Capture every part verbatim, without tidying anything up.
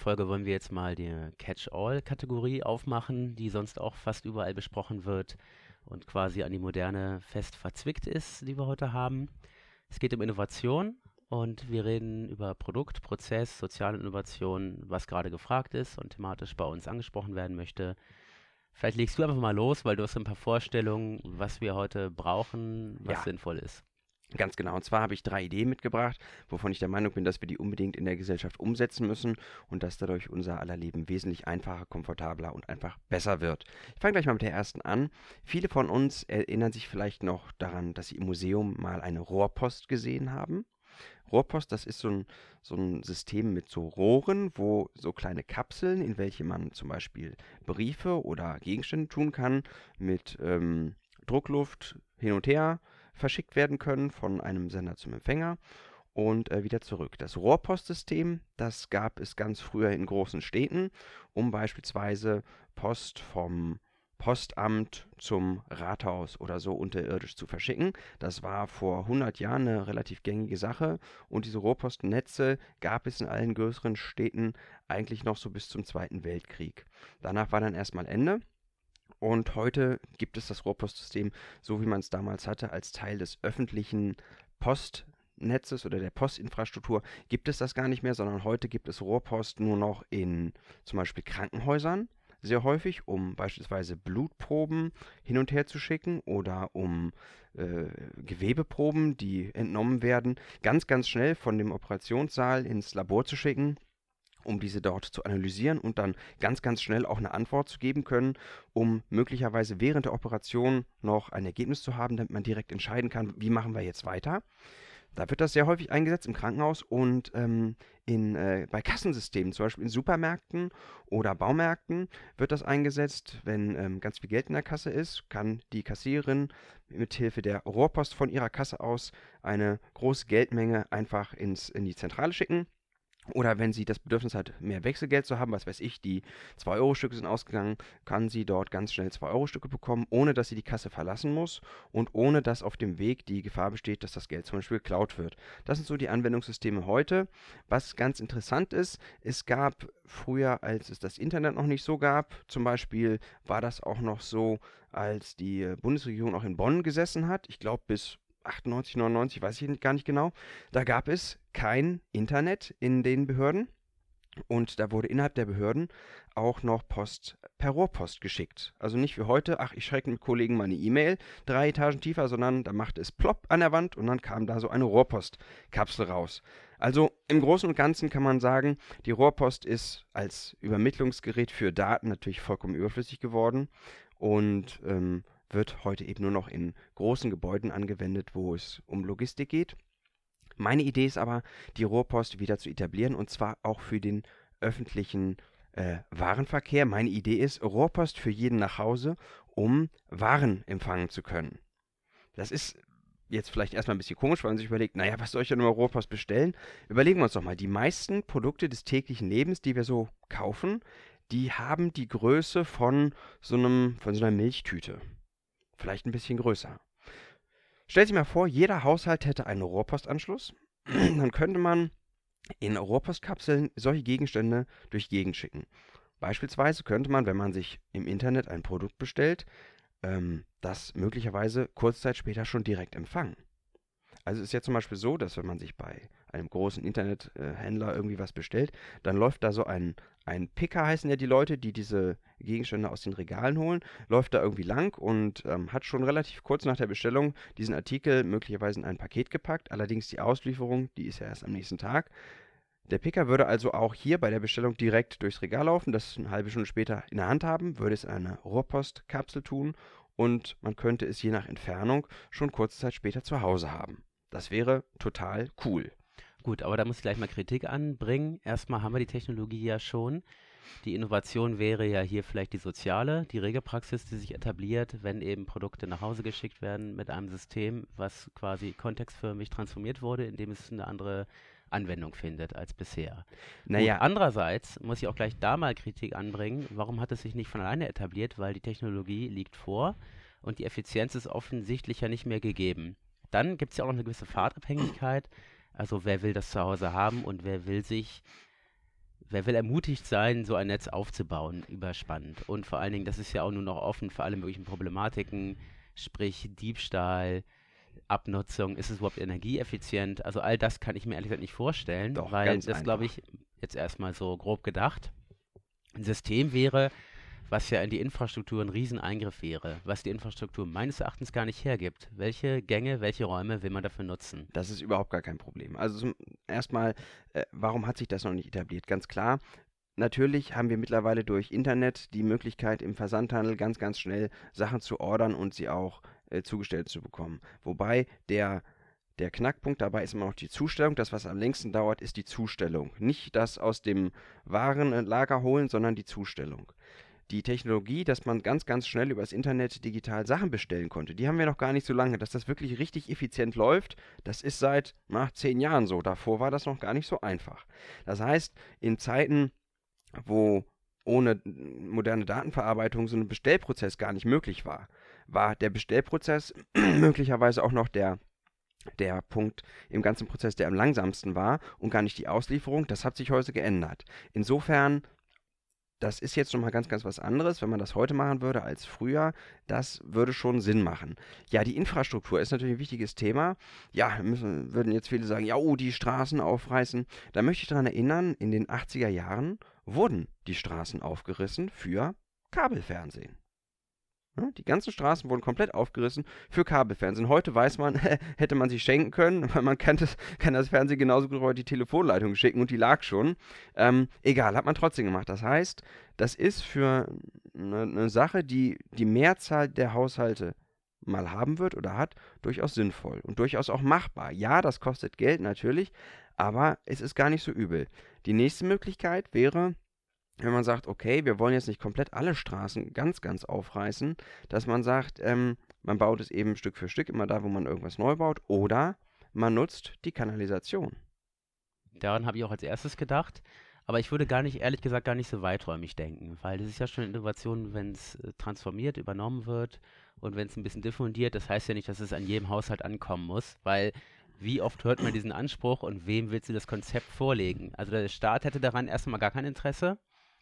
Folge wollen wir jetzt mal die Catch-all-Kategorie aufmachen, die sonst auch fast überall besprochen wird und quasi an die Moderne fest verzwickt ist, die wir heute haben. Es geht um Innovation und wir reden über Produkt, Prozess, soziale Innovation, was gerade gefragt ist und thematisch bei uns angesprochen werden möchte. Vielleicht legst du einfach mal los, weil du hast ein paar Vorstellungen, was wir heute brauchen, was Ja, sinnvoll ist. ganz genau. Und zwar habe ich drei Ideen mitgebracht, wovon ich der Meinung bin, dass wir die unbedingt in der Gesellschaft umsetzen müssen und dass dadurch unser aller Leben wesentlich einfacher, komfortabler und einfach besser wird. Ich fange gleich mal mit der ersten an. Viele von uns erinnern sich vielleicht noch daran, dass sie im Museum mal eine Rohrpost gesehen haben. Rohrpost, das ist so ein, so ein System mit so Rohren, wo so kleine Kapseln, in welche man zum Beispiel Briefe oder Gegenstände tun kann, mit ähm, Druckluft hin und her verschickt werden können von einem Sender zum Empfänger und äh, wieder zurück. Das Rohrpostsystem, das gab es ganz früher in großen Städten, um beispielsweise Post vom Postamt zum Rathaus oder so unterirdisch zu verschicken. Das war vor hundert Jahren eine relativ gängige Sache und diese Rohrpostnetze gab es in allen größeren Städten eigentlich noch so bis zum Zweiten Weltkrieg. Danach war dann erstmal Ende. Und heute gibt es das Rohrpostsystem, so wie man es damals hatte, als Teil des öffentlichen Postnetzes oder der Postinfrastruktur, gibt es das gar nicht mehr, sondern heute gibt es Rohrpost nur noch in zum Beispiel Krankenhäusern, sehr häufig, um beispielsweise Blutproben hin und her zu schicken oder um äh, Gewebeproben, die entnommen werden, ganz, ganz schnell von dem Operationssaal ins Labor zu schicken, um diese dort zu analysieren und dann ganz, ganz schnell auch eine Antwort zu geben können, um möglicherweise während der Operation noch ein Ergebnis zu haben, damit man direkt entscheiden kann, wie machen wir jetzt weiter. Da wird das sehr häufig eingesetzt im Krankenhaus und ähm, in, äh, bei Kassensystemen, zum Beispiel in Supermärkten oder Baumärkten, wird das eingesetzt. Wenn ähm, ganz viel Geld in der Kasse ist, kann die Kassiererin mithilfe der Rohrpost von ihrer Kasse aus eine große Geldmenge einfach ins, in die Zentrale schicken. Oder wenn sie das Bedürfnis hat, mehr Wechselgeld zu haben, was weiß ich, die zwei-Euro-Stücke sind ausgegangen, kann sie dort ganz schnell zwei-Euro-Stücke bekommen, ohne dass sie die Kasse verlassen muss und ohne dass auf dem Weg die Gefahr besteht, dass das Geld zum Beispiel geklaut wird. Das sind so die Anwendungssysteme heute. Was ganz interessant ist, es gab früher, als es das Internet noch nicht so gab, zum Beispiel war das auch noch so, als die äh, Bundesregierung auch in Bonn gesessen hat. Ich glaube, bis achtundneunzig, neunundneunzig, weiß ich gar nicht genau. Da gab es kein Internet in den Behörden und da wurde innerhalb der Behörden auch noch Post per Rohrpost geschickt. Also nicht wie heute, ach, ich schreibe mit Kollegen meine E-Mail drei Etagen tiefer, sondern da machte es plopp an der Wand und dann kam da so eine Rohrpostkapsel raus. Also im Großen und Ganzen kann man sagen, die Rohrpost ist als Übermittlungsgerät für Daten natürlich vollkommen überflüssig geworden und ähm, wird heute eben nur noch in großen Gebäuden angewendet, wo es um Logistik geht. Meine Idee ist aber, die Rohrpost wieder zu etablieren und zwar auch für den öffentlichen äh, Warenverkehr. Meine Idee ist, Rohrpost für jeden nach Hause, um Waren empfangen zu können. Das ist jetzt vielleicht erstmal ein bisschen komisch, weil man sich überlegt, naja, was soll ich denn über Rohrpost bestellen? Überlegen wir uns doch mal, die meisten Produkte des täglichen Lebens, die wir so kaufen, die haben die Größe von so einem, von so einer Milchtüte. Vielleicht ein bisschen größer. Stellt sich mal vor, jeder Haushalt hätte einen Rohrpostanschluss. Dann könnte man in Rohrpostkapseln solche Gegenstände durch die Gegend schicken. Beispielsweise könnte man, wenn man sich im Internet ein Produkt bestellt, ähm, das möglicherweise kurze Zeit später schon direkt empfangen. Also es ist ja zum Beispiel so, dass wenn man sich bei einem großen Internethändler irgendwie was bestellt, dann läuft da so ein, ein Picker, heißen ja die Leute, die diese Gegenstände aus den Regalen holen, läuft da irgendwie lang und ähm, hat schon relativ kurz nach der Bestellung diesen Artikel möglicherweise in ein Paket gepackt. Allerdings die Auslieferung, die ist ja erst am nächsten Tag. Der Picker würde also auch hier bei der Bestellung direkt durchs Regal laufen, das eine halbe Stunde später in der Hand haben, würde es in eine Rohrpostkapsel tun und man könnte es je nach Entfernung schon kurze Zeit später zu Hause haben. Das wäre total cool. Gut, aber da muss ich gleich mal Kritik anbringen. Erstmal haben wir die Technologie ja schon. Die Innovation wäre ja hier vielleicht die soziale, die Regelpraxis, die sich etabliert, wenn eben Produkte nach Hause geschickt werden mit einem System, was quasi kontextförmig transformiert wurde, indem es eine andere Anwendung findet als bisher. Gut, Naja, andererseits muss ich auch gleich da mal Kritik anbringen. Warum hat es sich nicht von alleine etabliert? Weil die Technologie liegt vor und die Effizienz ist offensichtlich ja nicht mehr gegeben. Dann gibt es ja auch noch eine gewisse Fahrtabhängigkeit. Also wer will das zu Hause haben und wer will sich wer will ermutigt sein, so ein Netz aufzubauen, überspannend. Und vor allen Dingen, das ist ja auch nur noch offen für alle möglichen Problematiken, sprich Diebstahl, Abnutzung, ist es überhaupt energieeffizient? Also all das kann ich mir ehrlich gesagt nicht vorstellen, Doch, weil ganz das, glaube einfach. ich, jetzt erstmal so grob gedacht, ein System wäre, was ja in die Infrastruktur ein Rieseneingriff wäre, was die Infrastruktur meines Erachtens gar nicht hergibt. Welche Gänge, welche Räume will man dafür nutzen? Das ist überhaupt gar kein Problem. Also zum erstmal, äh, warum hat sich das noch nicht etabliert? Ganz klar, natürlich haben wir mittlerweile durch Internet die Möglichkeit, im Versandhandel ganz, ganz schnell Sachen zu ordern und sie auch äh, zugestellt zu bekommen. Wobei der, der Knackpunkt dabei ist immer noch die Zustellung. Das, was am längsten dauert, ist die Zustellung. Nicht das aus dem Warenlager holen, sondern die Zustellung. Die Technologie, dass man ganz, ganz schnell übers Internet digital Sachen bestellen konnte, die haben wir noch gar nicht so lange. Dass das wirklich richtig effizient läuft, das ist seit na, zehn Jahren so. Davor war das noch gar nicht so einfach. Das heißt, in Zeiten, wo ohne moderne Datenverarbeitung so ein Bestellprozess gar nicht möglich war, war der Bestellprozess möglicherweise auch noch der, der Punkt im ganzen Prozess, der am langsamsten war und gar nicht die Auslieferung. Das hat sich heute geändert. Insofern, das ist jetzt nochmal ganz, ganz was anderes, wenn man das heute machen würde als früher. Das würde schon Sinn machen. Ja, die Infrastruktur ist natürlich ein wichtiges Thema. Ja, müssen, würden jetzt viele sagen, ja, oh, die Straßen aufreißen. Da möchte ich daran erinnern, in den achtziger Jahren wurden die Straßen aufgerissen für Kabelfernsehen. Ja, die ganzen Straßen wurden komplett aufgerissen für Kabelfernsehen. Heute weiß man, hätte man sich schenken können, weil man kann das, kann das Fernsehen genauso gut über die Telefonleitung schicken und die lag schon. Ähm, egal, hat man trotzdem gemacht. Das heißt, das ist für eine, eine Sache, die die Mehrzahl der Haushalte mal haben wird oder hat, durchaus sinnvoll und durchaus auch machbar. Ja, das kostet Geld natürlich, aber es ist gar nicht so übel. Die nächste Möglichkeit wäre, wenn man sagt, okay, wir wollen jetzt nicht komplett alle Straßen ganz, ganz aufreißen, dass man sagt, ähm, man baut es eben Stück für Stück, immer da, wo man irgendwas neu baut, oder man nutzt die Kanalisation. Daran habe ich auch als erstes gedacht. Aber ich würde gar nicht, ehrlich gesagt, gar nicht so weiträumig denken, weil das ist ja schon Innovation, wenn es äh, transformiert, übernommen wird und wenn es ein bisschen diffundiert. Das heißt ja nicht, dass es an jedem Haushalt ankommen muss, weil wie oft hört man diesen Anspruch und wem willst du das Konzept vorlegen? Also der Staat hätte daran erstmal gar kein Interesse.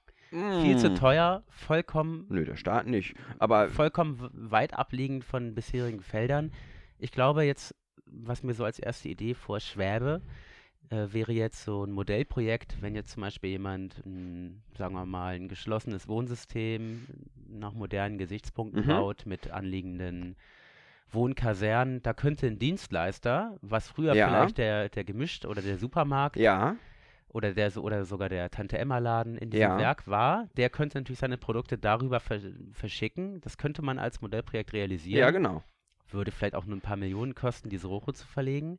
Viel zu Mm, teuer, vollkommen, nö, der Staat nicht. Aber vollkommen w- weit abliegend von bisherigen Feldern. Ich glaube jetzt, was mir so als erste Idee vorschwäbe, äh, wäre jetzt so ein Modellprojekt, wenn jetzt zum Beispiel jemand, ein, sagen wir mal, ein geschlossenes Wohnsystem nach modernen Gesichtspunkten mhm, baut mit anliegenden Wohnkasernen, da könnte ein Dienstleister, was früher ja, vielleicht der, der Gemischt oder der Supermarkt ja, oder der so- oder sogar der Tante Emma Laden in diesem ja, Werk war, der könnte natürlich seine Produkte darüber ver verschicken. Das könnte man als Modellprojekt ja, realisieren. genau. Würde vielleicht auch nur ein paar Millionen kosten, diese Rohre zu verlegen.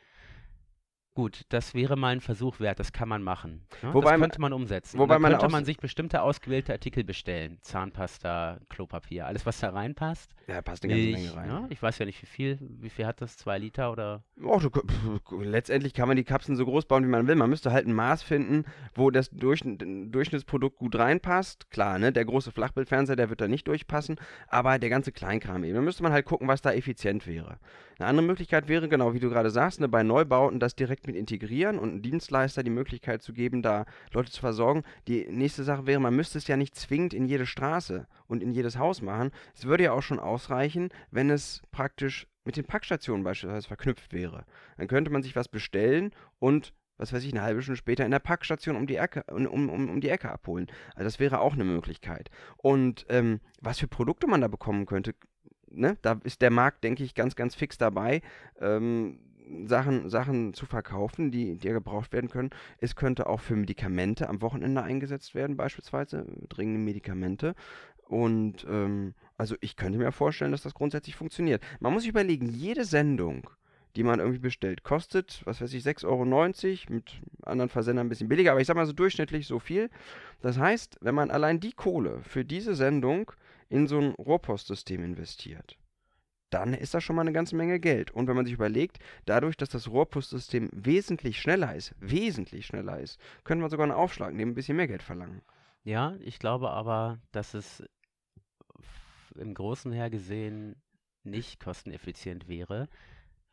Gut, das wäre mal ein Versuch wert, das kann man machen. Ne? Das Wobei, ma- könnte man umsetzen. Und wobei dann meine könnte Aus... man sich bestimmte ausgewählte Artikel bestellen. Zahnpasta, Klopapier, alles was da reinpasst. Ja, passt eine ganze Menge Milch, rein. ne? Ich weiß ja nicht wie viel. Wie viel hat das? Zwei Liter oder? Och, du, pf, letztendlich kann man die Kapseln so groß bauen, wie man will. Man müsste halt ein Maß finden, wo das Durch, Durchschnittsprodukt gut reinpasst. Klar, ne, der große Flachbildfernseher, der wird da nicht durchpassen, aber der ganze Kleinkram eben. Da müsste man halt gucken, was da effizient wäre. Eine andere Möglichkeit wäre, genau wie du gerade sagst, ne, bei Neubauten das direkt mit integrieren und einem Dienstleister die Möglichkeit zu geben, da Leute zu versorgen. Die nächste Sache wäre, man müsste es ja nicht zwingend in jede Straße und in jedes Haus machen. Es würde ja auch schon ausreichen, wenn es praktisch mit den Packstationen beispielsweise verknüpft wäre. Dann könnte man sich was bestellen und, was weiß ich, eine halbe Stunde später in der Packstation um die Ecke, um, um, um die Ecke abholen. Also das wäre auch eine Möglichkeit. Und ähm, was für Produkte man da bekommen könnte, ne? Da ist der Markt, denke ich, ganz, ganz fix dabei, ähm, Sachen, Sachen zu verkaufen, die, die gebraucht werden können. Es könnte auch für Medikamente am Wochenende eingesetzt werden, beispielsweise dringende Medikamente. Und ähm, also ich könnte mir vorstellen, dass das grundsätzlich funktioniert. Man muss sich überlegen, jede Sendung, die man irgendwie bestellt, kostet, was weiß ich, sechs Euro neunzig, mit anderen Versendern ein bisschen billiger, aber ich sag mal so durchschnittlich so viel. Das heißt, wenn man allein die Kohle für diese Sendung in so ein Rohrpostsystem investiert, dann ist das schon mal eine ganze Menge Geld. Und wenn man sich überlegt, dadurch, dass das Rohrpostsystem wesentlich schneller ist, wesentlich schneller ist, könnte man sogar einen Aufschlag nehmen, ein bisschen mehr Geld verlangen. Ja, ich glaube aber, dass es f- im Großen her gesehen nicht kosteneffizient wäre,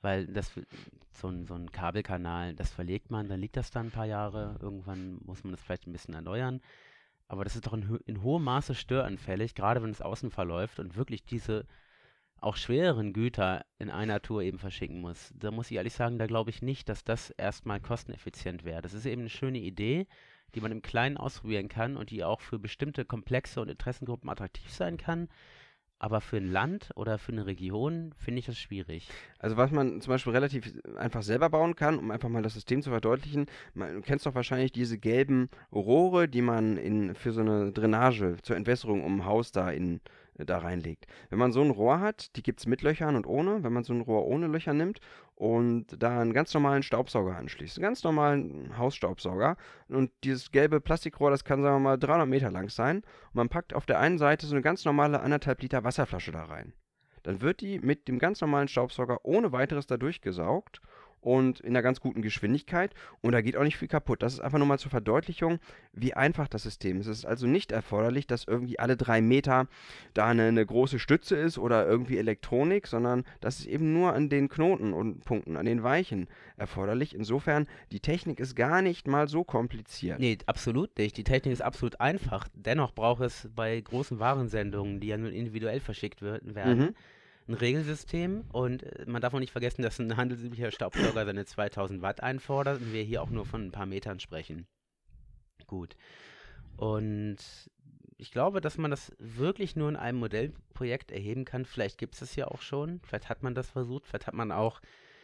weil das so ein, so ein Kabelkanal, das verlegt man, dann liegt das da ein paar Jahre, irgendwann muss man das vielleicht ein bisschen erneuern. Aber das ist doch in, ho in hohem Maße störanfällig, gerade wenn es außen verläuft und wirklich diese auch schwereren Güter in einer Tour eben verschicken muss. Da muss ich ehrlich sagen, da glaube ich nicht, dass das erstmal kosteneffizient wäre. Das ist eben eine schöne Idee, die man im Kleinen ausprobieren kann und die auch für bestimmte Komplexe und Interessengruppen attraktiv sein kann. Aber für ein Land oder für eine Region finde ich das schwierig. Also was man zum Beispiel relativ einfach selber bauen kann, um einfach mal das System zu verdeutlichen, man, du kennst doch wahrscheinlich diese gelben Rohre, die man in, für so eine Drainage zur Entwässerung um ein Haus da in da reinlegt. Wenn man so ein Rohr hat, die gibt es mit Löchern und ohne, wenn man so ein Rohr ohne Löcher nimmt und da einen ganz normalen Staubsauger anschließt, einen ganz normalen Hausstaubsauger und dieses gelbe Plastikrohr, das kann, sagen wir mal, dreihundert Meter lang sein und man packt auf der einen Seite so eine ganz normale anderthalb Liter Wasserflasche da rein. Dann wird die mit dem ganz normalen Staubsauger ohne weiteres da durchgesaugt und in einer ganz guten Geschwindigkeit und da geht auch nicht viel kaputt. Das ist einfach nur mal zur Verdeutlichung, wie einfach das System ist. Es ist also nicht erforderlich, dass irgendwie alle drei Meter da eine, eine große Stütze ist oder irgendwie Elektronik, sondern das ist eben nur an den Knoten und Punkten, an den Weichen erforderlich. Insofern, die Technik ist gar nicht mal so kompliziert. Nee, absolut nicht. Die Technik ist absolut einfach. Dennoch braucht es bei großen Warensendungen, die ja nun individuell verschickt wird, werden, Mhm. ein Regelsystem. Und äh, man darf auch nicht vergessen, dass ein handelsüblicher Staubsauger seine zweitausend Watt einfordert und wir hier auch nur von ein paar Metern sprechen. Gut. Und ich glaube, dass man das wirklich nur in einem Modellprojekt erheben kann. Vielleicht gibt es es ja auch schon. Vielleicht hat man das versucht. Vielleicht hat man auch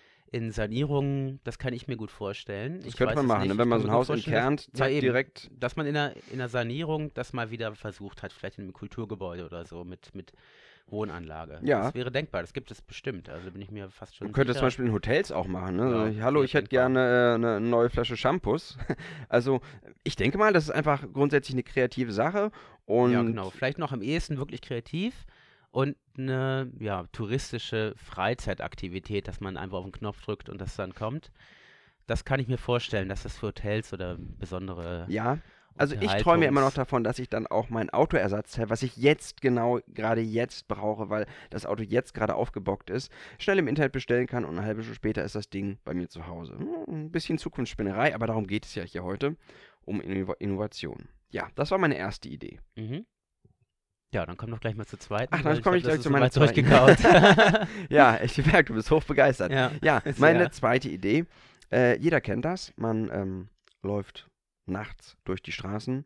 in Sanierungen, das kann ich mir gut vorstellen. Das Ich könnte weiß man es machen, nicht. ne? Ich Wenn man kann so mir ein gut Haus vorstellen, entkernt, dass, ja zack, eben, direkt. dass man in der, in der Sanierung das mal wieder versucht hat, vielleicht in einem Kulturgebäude oder so mit, mit Wohnanlage. Ja, Das wäre denkbar, das gibt es bestimmt. Also bin ich mir fast man schon könnte es zum sicher. Beispiel in Hotels auch machen. Ne? Ja, So, hallo, wäre ich hätte denkbar. gerne äh, eine neue Flasche Shampoos. Also, ich denke mal, das ist einfach grundsätzlich eine kreative Sache. Ja, Und genau. Vielleicht noch am ehesten wirklich kreativ und eine ja, touristische Freizeitaktivität, dass man einfach auf den Knopf drückt und das dann kommt. Das kann ich mir vorstellen, dass das für Hotels oder besondere ja, also ich träume ja immer noch Unterhaltungs... davon, dass ich dann auch mein Autoersatzteil, was ich jetzt genau gerade jetzt brauche, weil das Auto jetzt gerade aufgebockt ist, schnell im Internet bestellen kann und eine halbe Stunde später ist das Ding bei mir zu Hause. Hm, Ein bisschen Zukunftsspinnerei, aber darum geht es ja hier heute, um Inno- Innovation. Ja, das war meine erste Idee. Mhm. Ja, dann komm doch gleich mal zur zweiten, Ach, weil dann ich komme ich glaube, das gleich ist zu meiner soweit zweiten. durchgekaut. Ja, ich merke, du bist hochbegeistert. Ja, Ja, ist meine ja. zweite Idee. Äh, jeder kennt das. Man ähm, läuft nachts durch die Straßen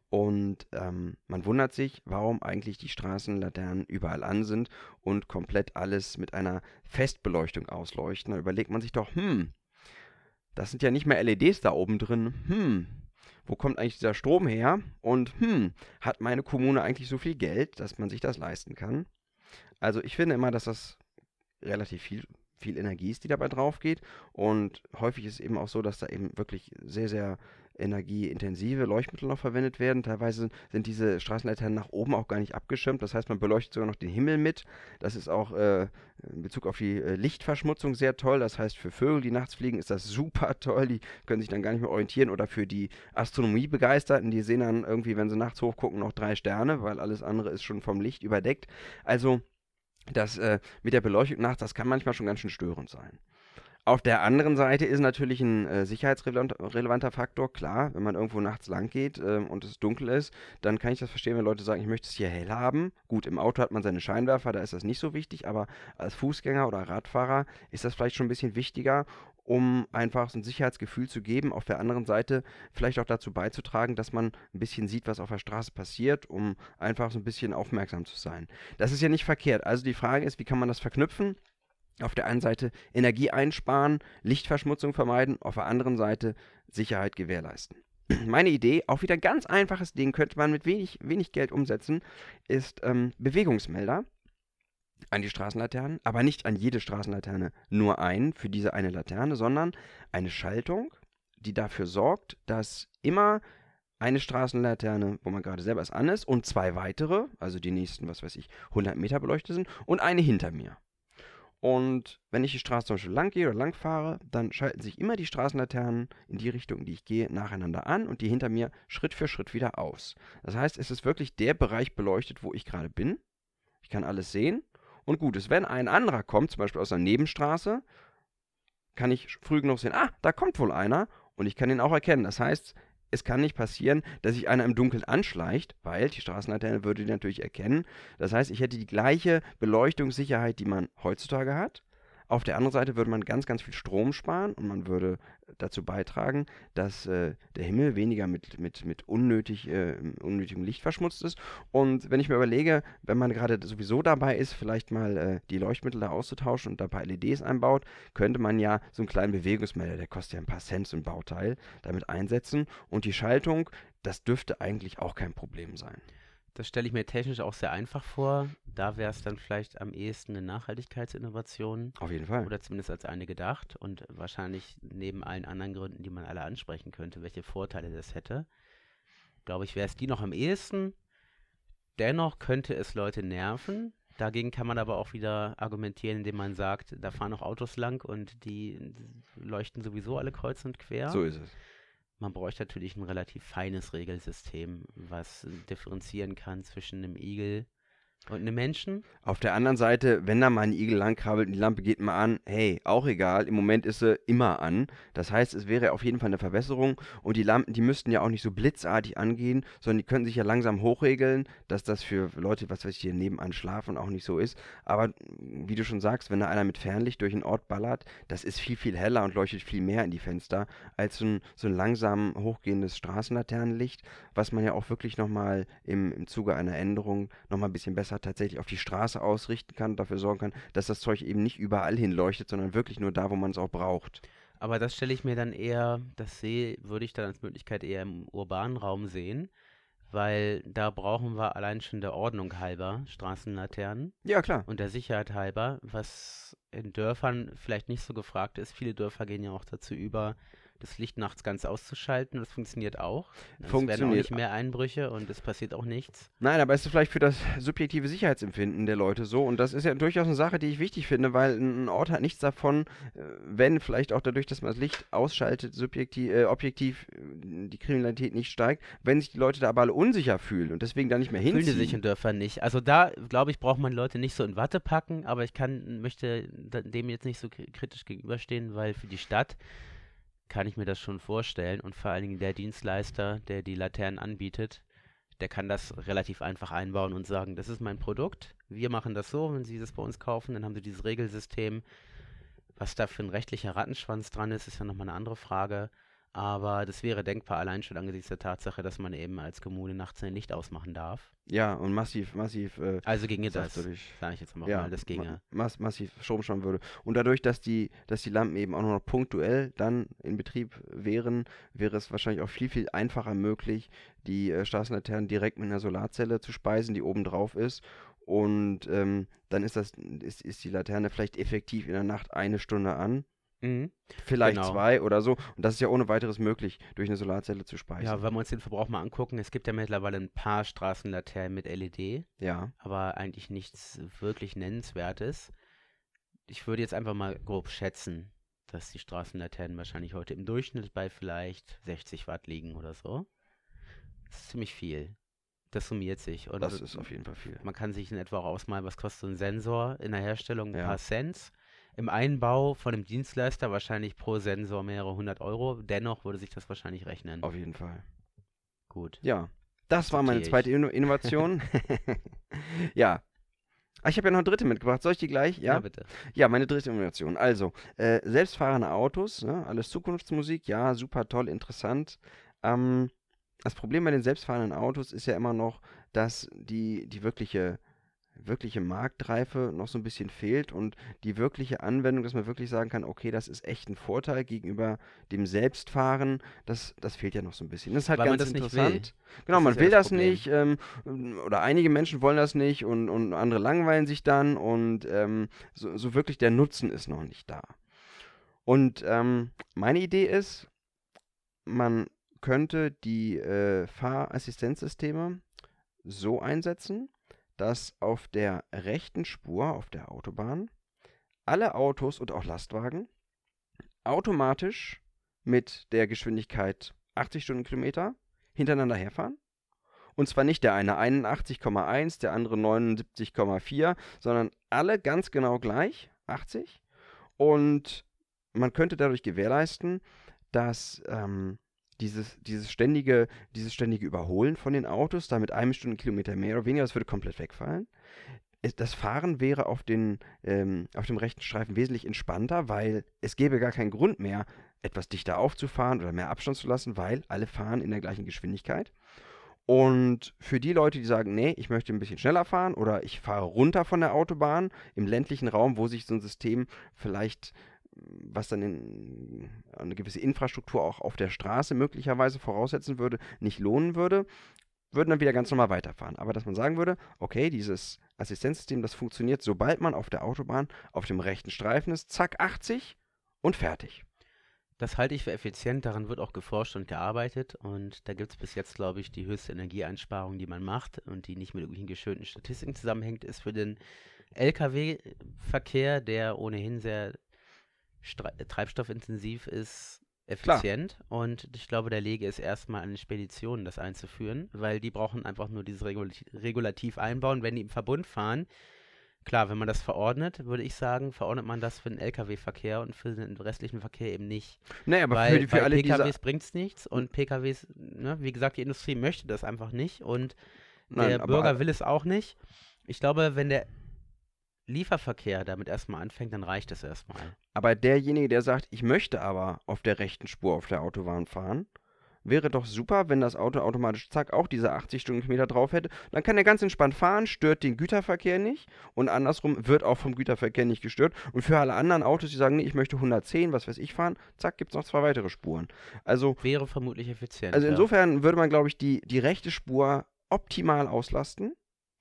und ähm, man wundert sich, warum eigentlich die Straßenlaternen überall an sind und komplett alles mit einer Festbeleuchtung ausleuchten. Da überlegt man sich doch, hm, das sind ja nicht mehr L E Ds da oben drin. Hm, wo kommt eigentlich dieser Strom her? Und hm, hat meine Kommune eigentlich so viel Geld, dass man sich das leisten kann? Also ich finde immer, dass das relativ viel, viel Energie ist, die dabei drauf geht. Und häufig ist es eben auch so, dass da eben wirklich sehr, sehr energieintensive Leuchtmittel noch verwendet werden. Teilweise sind diese Straßenlaternen nach oben auch gar nicht abgeschirmt. Das heißt, man beleuchtet sogar noch den Himmel mit. Das ist auch äh, in Bezug auf die äh, Lichtverschmutzung sehr toll. Das heißt, für Vögel, die nachts fliegen, ist das super toll. Die können sich dann gar nicht mehr orientieren. Oder für die Astronomiebegeisterten, die sehen dann irgendwie, wenn sie nachts hochgucken, noch drei Sterne, weil alles andere ist schon vom Licht überdeckt. Also das äh, mit der Beleuchtung nachts, das kann manchmal schon ganz schön störend sein. Auf der anderen Seite ist natürlich ein äh, sicherheitsrelevanter Faktor, klar, wenn man irgendwo nachts lang geht ähm, und es dunkel ist, dann kann ich das verstehen, wenn Leute sagen, ich möchte es hier hell haben. Gut, im Auto hat man seine Scheinwerfer, da ist das nicht so wichtig, aber als Fußgänger oder Radfahrer ist das vielleicht schon ein bisschen wichtiger, um einfach so ein Sicherheitsgefühl zu geben. Auf der anderen Seite vielleicht auch dazu beizutragen, dass man ein bisschen sieht, was auf der Straße passiert, um einfach so ein bisschen aufmerksam zu sein. Das ist ja nicht verkehrt. Also die Frage ist, wie kann man das verknüpfen? Auf der einen Seite Energie einsparen, Lichtverschmutzung vermeiden, auf der anderen Seite Sicherheit gewährleisten. Meine Idee, auch wieder ein ganz einfaches Ding, könnte man mit wenig, wenig Geld umsetzen, ist ähm, Bewegungsmelder an die Straßenlaternen, aber nicht an jede Straßenlaterne nur ein für diese eine Laterne, sondern eine Schaltung, die dafür sorgt, dass immer eine Straßenlaterne, wo man gerade selber ist, an ist und zwei weitere, also die nächsten, was weiß ich, hundert Meter beleuchtet sind und eine hinter mir. Und wenn ich die Straße zum Beispiel lang gehe oder lang fahre, dann schalten sich immer die Straßenlaternen in die Richtung, in die ich gehe, nacheinander an und die hinter mir Schritt für Schritt wieder aus. Das heißt, es ist wirklich der Bereich beleuchtet, wo ich gerade bin. Ich kann alles sehen. Und gut ist, wenn ein anderer kommt, zum Beispiel aus einer Nebenstraße, kann ich früh genug sehen, ah, da kommt wohl einer und ich kann ihn auch erkennen. Das heißt, es kann nicht passieren, dass sich einer im Dunkeln anschleicht, weil die Straßenlaterne würde die natürlich erkennen. Das heißt, ich hätte die gleiche Beleuchtungssicherheit, die man heutzutage hat. Auf der anderen Seite würde man ganz, ganz viel Strom sparen und man würde dazu beitragen, dass äh, der Himmel weniger mit, mit, mit unnötig, äh, unnötigem Licht verschmutzt ist. Und wenn ich mir überlege, wenn man gerade sowieso dabei ist, vielleicht mal äh, die Leuchtmittel da auszutauschen und da ein paar L E Ds einbaut, könnte man ja so einen kleinen Bewegungsmelder, der kostet ja ein paar Cent, so ein Bauteil, damit einsetzen. Und die Schaltung, das dürfte eigentlich auch kein Problem sein. Das stelle ich mir technisch auch sehr einfach vor. Da wäre es dann vielleicht am ehesten eine Nachhaltigkeitsinnovation Auf jeden Fall. oder zumindest als eine gedacht und wahrscheinlich neben allen anderen Gründen, die man alle ansprechen könnte, welche Vorteile das hätte, glaube ich, wäre es die noch am ehesten. Dennoch könnte es Leute nerven. Dagegen kann man aber auch wieder argumentieren, indem man sagt, da fahren noch Autos lang und die leuchten sowieso alle kreuz und quer. So ist es. Man bräuchte natürlich ein relativ feines Regelsystem, was differenzieren kann zwischen einem Igel und einem Menschen. Auf der anderen Seite, wenn da mal ein Igel langkrabbelt und die Lampe geht mal an, hey, auch egal, im Moment ist sie immer an. Das heißt, es wäre auf jeden Fall eine Verbesserung und die Lampen, die müssten ja auch nicht so blitzartig angehen, sondern die könnten sich ja langsam hochregeln, dass das für Leute, was weiß ich, hier nebenan schlafen auch nicht so ist. Aber wie du schon sagst, wenn da einer mit Fernlicht durch den Ort ballert, das ist viel, viel heller und leuchtet viel mehr in die Fenster als so ein, so ein langsam hochgehendes Straßenlaternenlicht, was man ja auch wirklich nochmal im, im Zuge einer Änderung nochmal ein bisschen besser tatsächlich auf die Straße ausrichten kann, dafür sorgen kann, dass das Zeug eben nicht überall hin leuchtet, sondern wirklich nur da, wo man es auch braucht. Aber das stelle ich mir dann eher, das sehe, würde ich dann als Möglichkeit eher im urbanen Raum sehen, weil da brauchen wir allein schon der Ordnung halber Straßenlaternen Ja, klar. und der Sicherheit halber, was in Dörfern vielleicht nicht so gefragt ist. Viele Dörfer gehen ja auch dazu über, das Licht nachts ganz auszuschalten. Das funktioniert auch. Es werden auch Funktioniert. nicht mehr Einbrüche und es passiert auch nichts. Nein, aber es ist vielleicht für das subjektive Sicherheitsempfinden der Leute so. Und das ist ja durchaus eine Sache, die ich wichtig finde, weil ein Ort hat nichts davon, äh, wenn vielleicht auch dadurch, dass man das Licht ausschaltet, subjektiv, äh, objektiv äh, die Kriminalität nicht steigt, wenn sich die Leute da aber alle unsicher fühlen und deswegen da nicht mehr Fühlen die hinziehen. sich in Dörfern nicht. Also da, glaube ich, braucht man Leute nicht so in Watte packen, aber ich kann, möchte da- dem jetzt nicht so kri- kritisch gegenüberstehen, weil für die Stadt kann ich mir das schon vorstellen und vor allen Dingen der Dienstleister, der die Laternen anbietet, der kann das relativ einfach einbauen und sagen, das ist mein Produkt, wir machen das so, wenn Sie das bei uns kaufen, dann haben Sie dieses Regelsystem. Was da für ein rechtlicher Rattenschwanz dran ist, ist ja nochmal eine andere Frage. Aber das wäre denkbar allein schon angesichts der Tatsache, dass man eben als Kommune nachts ein Licht ausmachen darf. Ja, und massiv, massiv äh, Also ginge das, dadurch, sage ich jetzt mal, ja, mal, das ginge. ma mass massiv Strom sparen würde. Und dadurch, dass die, dass die Lampen eben auch nur noch punktuell dann in Betrieb wären, wäre es wahrscheinlich auch viel, viel einfacher möglich, die äh, Straßenlaternen direkt mit einer Solarzelle zu speisen, die oben drauf ist. Und ähm, dann ist das, ist, ist die Laterne vielleicht effektiv in der Nacht eine Stunde an. Mhm. Vielleicht Genau. zwei oder so. Und das ist ja ohne weiteres möglich, durch eine Solarzelle zu speisen. Ja, wenn wir uns den Verbrauch mal angucken, es gibt ja mittlerweile ein paar Straßenlaternen mit L E D, Ja. aber eigentlich nichts wirklich Nennenswertes. Ich würde jetzt einfach mal grob schätzen, dass die Straßenlaternen wahrscheinlich heute im Durchschnitt bei vielleicht sechzig Watt liegen oder so. Das ist ziemlich viel. Das summiert sich. Und Das ist auf jeden Fall viel. man kann sich in etwa auch ausmalen, was kostet so ein Sensor in der Herstellung, ein Ja. paar Cent. Im Einbau von einem Dienstleister wahrscheinlich pro Sensor mehrere hundert Euro. Dennoch würde sich das wahrscheinlich rechnen. Auf jeden Fall. Gut. Ja. Das war meine Akzeptiere zweite Inno Innovation. Ja. Ah, ich habe ja noch eine dritte mitgebracht. Soll ich die gleich? Ja, Ja? bitte. Ja, meine dritte Innovation. Also, äh, selbstfahrende Autos, ne? Alles Zukunftsmusik, ja, super toll, interessant. Ähm, das Problem bei den selbstfahrenden Autos ist ja immer noch, dass die, die wirkliche, wirkliche Marktreife noch so ein bisschen fehlt und die wirkliche Anwendung, dass man wirklich sagen kann, okay, das ist echt ein Vorteil gegenüber dem Selbstfahren, das, das fehlt ja noch so ein bisschen. Das ist halt Weil man ganz das nicht interessant. will. Genau, Das man ist ja will das das Problem. nicht, ähm, oder einige Menschen wollen das nicht und, und andere langweilen sich dann und ähm, so, so wirklich der Nutzen ist noch nicht da. Und ähm, meine Idee ist, man könnte die äh, Fahrassistenzsysteme so einsetzen, dass auf der rechten Spur auf der Autobahn alle Autos und auch Lastwagen automatisch mit der Geschwindigkeit achtzig Stundenkilometer hintereinander herfahren. Und zwar nicht der eine einundachtzig Komma eins, der andere neunundsiebzig Komma vier, sondern alle ganz genau gleich, achtzig. Und man könnte dadurch gewährleisten, dass ähm, dieses, dieses, ständige, dieses ständige Überholen von den Autos, da mit einem Stundenkilometer mehr oder weniger, das würde komplett wegfallen. Es, das Fahren wäre auf, den, ähm, auf dem rechten Streifen wesentlich entspannter, weil es gäbe gar keinen Grund mehr, etwas dichter aufzufahren oder mehr Abstand zu lassen, weil alle fahren in der gleichen Geschwindigkeit. Und für die Leute, die sagen, nee, ich möchte ein bisschen schneller fahren oder ich fahre runter von der Autobahn im ländlichen Raum, wo sich so ein System vielleicht, was dann in, eine gewisse Infrastruktur auch auf der Straße möglicherweise voraussetzen würde, nicht lohnen würde, würden dann wieder ganz normal weiterfahren. Aber dass man sagen würde, okay, dieses Assistenzsystem, das funktioniert, sobald man auf der Autobahn auf dem rechten Streifen ist, zack, achtzig und fertig. Das halte ich für effizient, daran wird auch geforscht und gearbeitet und da gibt es bis jetzt, glaube ich, die höchste Energieeinsparung, die man macht und die nicht mit irgendwelchen geschönten Statistiken zusammenhängt, ist für den L K W-Verkehr, der ohnehin sehr stre- treibstoffintensiv ist, Klar, effizient und ich glaube, der Lege ist erstmal an den Speditionen, das einzuführen, weil die brauchen einfach nur dieses Regulativ, Regulativ einbauen, wenn die im Verbund fahren. Klar, wenn man das verordnet, würde ich sagen, verordnet man das für den L K W-Verkehr und für den restlichen Verkehr eben nicht. nee, aber für, Weil die, für bei alle diese, P K Ws bringt es nichts und P K Ws, ne, wie gesagt, die Industrie möchte das einfach nicht und nein, der aber Bürger will es auch nicht. Ich glaube, wenn der Lieferverkehr damit erstmal anfängt, dann reicht es erstmal. Aber derjenige, der sagt, ich möchte aber auf der rechten Spur auf der Autobahn fahren, wäre doch super, wenn das Auto automatisch, zack, auch diese achtzig Stundenkilometer drauf hätte. Dann kann er ganz entspannt fahren, stört den Güterverkehr nicht und andersrum wird auch vom Güterverkehr nicht gestört. Und für alle anderen Autos, die sagen, nee, ich möchte hundertzehn, was weiß ich, fahren, zack, gibt es noch zwei weitere Spuren. Also, Wäre vermutlich effizient, also ja. insofern würde man, glaube ich, die, die rechte Spur optimal auslasten.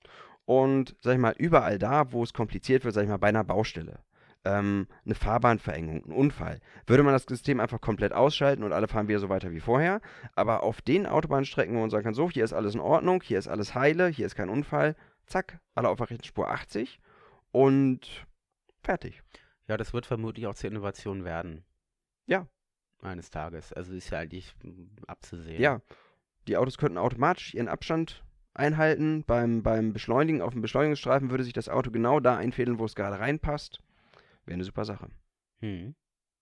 Und, sag ich mal, überall da, wo es kompliziert wird, sag ich mal, bei einer Baustelle, ähm, eine Fahrbahnverengung, ein Unfall, würde man das System einfach komplett ausschalten und alle fahren wieder so weiter wie vorher. Aber auf den Autobahnstrecken, wo man sagen kann, so, hier ist alles in Ordnung, hier ist alles heile, hier ist kein Unfall, zack, alle auf der rechten Spur achtzig und fertig. Ja, das wird vermutlich auch zur Innovation werden, Ja, eines Tages. Also ist ja eigentlich mm, abzusehen. ja. Die Autos könnten automatisch ihren Abstand einhalten. Beim, beim Beschleunigen auf dem Beschleunigungsstreifen würde sich das Auto genau da einfädeln, wo es gerade reinpasst. Wäre eine super Sache. Hm.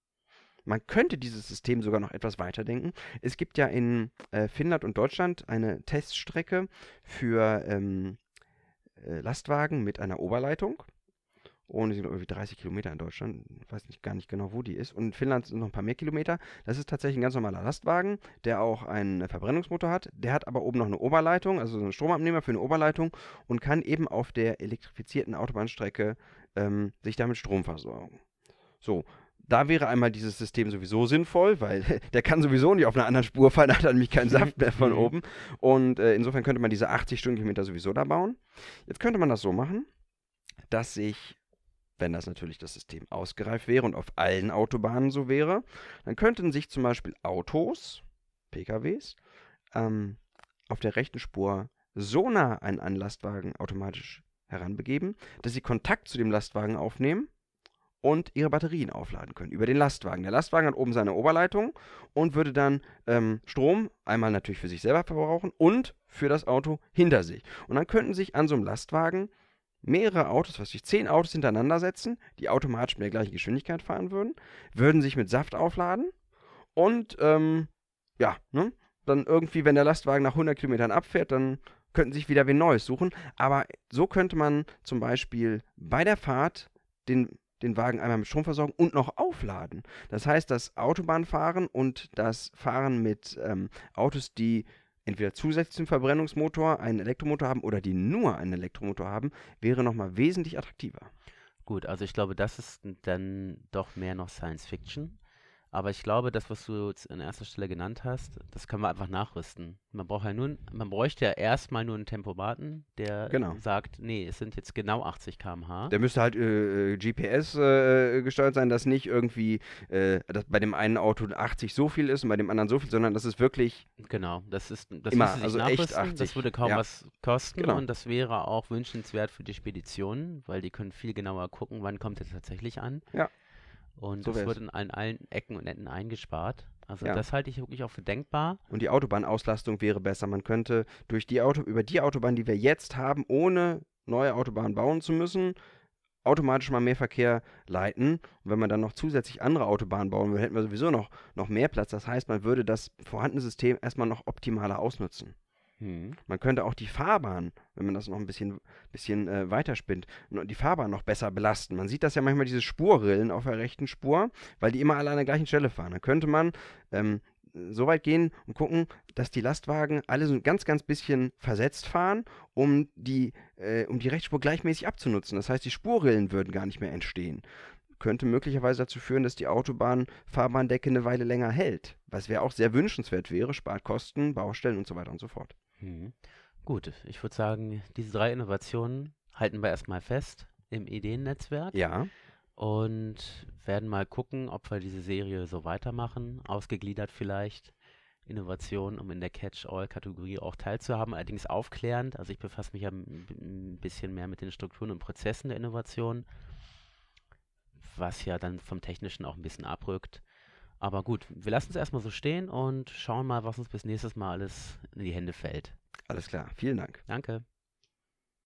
Man könnte dieses System sogar noch etwas weiterdenken. Es gibt ja in äh, Finnland und Deutschland eine Teststrecke für ähm, äh, Lastwagen mit einer Oberleitung. Und die sind irgendwie dreißig Kilometer in Deutschland. Ich weiß nicht, gar nicht genau, wo die ist. Und in Finnland sind noch ein paar mehr Kilometer. Das ist tatsächlich ein ganz normaler Lastwagen, der auch einen Verbrennungsmotor hat. Der hat aber oben noch eine Oberleitung, also so einen Stromabnehmer für eine Oberleitung und kann eben auf der elektrifizierten Autobahnstrecke ähm, sich damit Strom versorgen. So, da wäre einmal dieses System sowieso sinnvoll, weil der kann sowieso nicht auf einer anderen Spur fahren, da hat er nämlich keinen Saft mehr von Mhm. oben. Und äh, insofern könnte man diese achtzig Stundenkilometer sowieso da bauen. Jetzt könnte man das so machen, dass sich, wenn das natürlich das System ausgereift wäre und auf allen Autobahnen so wäre, dann könnten sich zum Beispiel Autos, P K Ws, ähm, auf der rechten Spur so nah an einen Lastwagen automatisch heranbegeben, dass sie Kontakt zu dem Lastwagen aufnehmen und ihre Batterien aufladen können über den Lastwagen. Der Lastwagen hat oben seine Oberleitung und würde dann ähm, Strom einmal natürlich für sich selber verbrauchen und für das Auto hinter sich. Und dann könnten sich an so einem Lastwagen mehrere Autos, was weiß ich, zehn Autos hintereinander setzen, die automatisch mit der gleichen Geschwindigkeit fahren würden, würden sich mit Saft aufladen und ähm, ja, ne, dann irgendwie, wenn der Lastwagen nach hundert Kilometern abfährt, dann könnten sich wieder wen Neues suchen. Aber so könnte man zum Beispiel bei der Fahrt den, den Wagen einmal mit Strom versorgen und noch aufladen. Das heißt, das Autobahnfahren und das Fahren mit ähm, Autos, die entweder zusätzlich zum Verbrennungsmotor einen Elektromotor haben oder die nur einen Elektromotor haben, wäre nochmal wesentlich attraktiver. Gut, also ich glaube, das ist dann doch mehr noch Science Fiction. Aber ich glaube, das, was du jetzt an erster Stelle genannt hast, das können wir einfach nachrüsten. Man braucht ja nur, man bräuchte ja erstmal nur einen Tempomaten, der Genau. sagt, nee, es sind jetzt genau achtzig Kilometer pro Stunde. Der müsste halt äh, G P S äh, gesteuert sein, dass nicht irgendwie äh, dass bei dem einen Auto achtzig so viel ist und bei dem anderen so viel, sondern das ist wirklich Genau, das ist, das immer, ließe sich also echt nachrüsten, achtzig. das würde kaum Ja, was kosten genau. und das wäre auch wünschenswert für die Speditionen, weil die können viel genauer gucken, wann kommt er tatsächlich an. Ja, Und so das wäre wird es. in allen, allen Ecken und Enden eingespart. Also Ja. das halte ich wirklich auch für denkbar. Und die Autobahnauslastung wäre besser. Man könnte durch die Auto, über die Autobahn, die wir jetzt haben, ohne neue Autobahnen bauen zu müssen, automatisch mal mehr Verkehr leiten. Und wenn man dann noch zusätzlich andere Autobahnen bauen würde, hätten wir sowieso noch, noch mehr Platz. Das heißt, man würde das vorhandene System erstmal noch optimaler ausnutzen. Hm. Man könnte auch die Fahrbahn, wenn man das noch ein bisschen, bisschen äh, weiterspinnt, no- die Fahrbahn noch besser belasten. Man sieht das ja manchmal, diese Spurrillen auf der rechten Spur, weil die immer alle an der gleichen Stelle fahren. Dann könnte man ähm, so weit gehen und gucken, dass die Lastwagen alle so ein ganz, ganz bisschen versetzt fahren, um die, äh, um die Rechtsspur gleichmäßig abzunutzen. Das heißt, die Spurrillen würden gar nicht mehr entstehen. Könnte möglicherweise dazu führen, dass die Autobahn-Fahrbahndecke eine Weile länger hält. Was wäre auch sehr wünschenswert wäre, spart Kosten, Baustellen und so weiter und so fort. Hm. Gut, ich würde sagen, diese drei Innovationen halten wir erstmal fest im Ideennetzwerk Ja, und werden mal gucken, ob wir diese Serie so weitermachen, ausgegliedert vielleicht. Innovation, um in der Catch-all-Kategorie auch teilzuhaben, allerdings aufklärend. Also ich befasse mich ja ein ein bisschen mehr mit den Strukturen und Prozessen der Innovation, was ja dann vom Technischen auch ein bisschen abrückt. Aber gut, wir lassen es erstmal so stehen und schauen mal, was uns bis nächstes Mal alles in die Hände fällt. alles klar. Vielen Dank. Danke.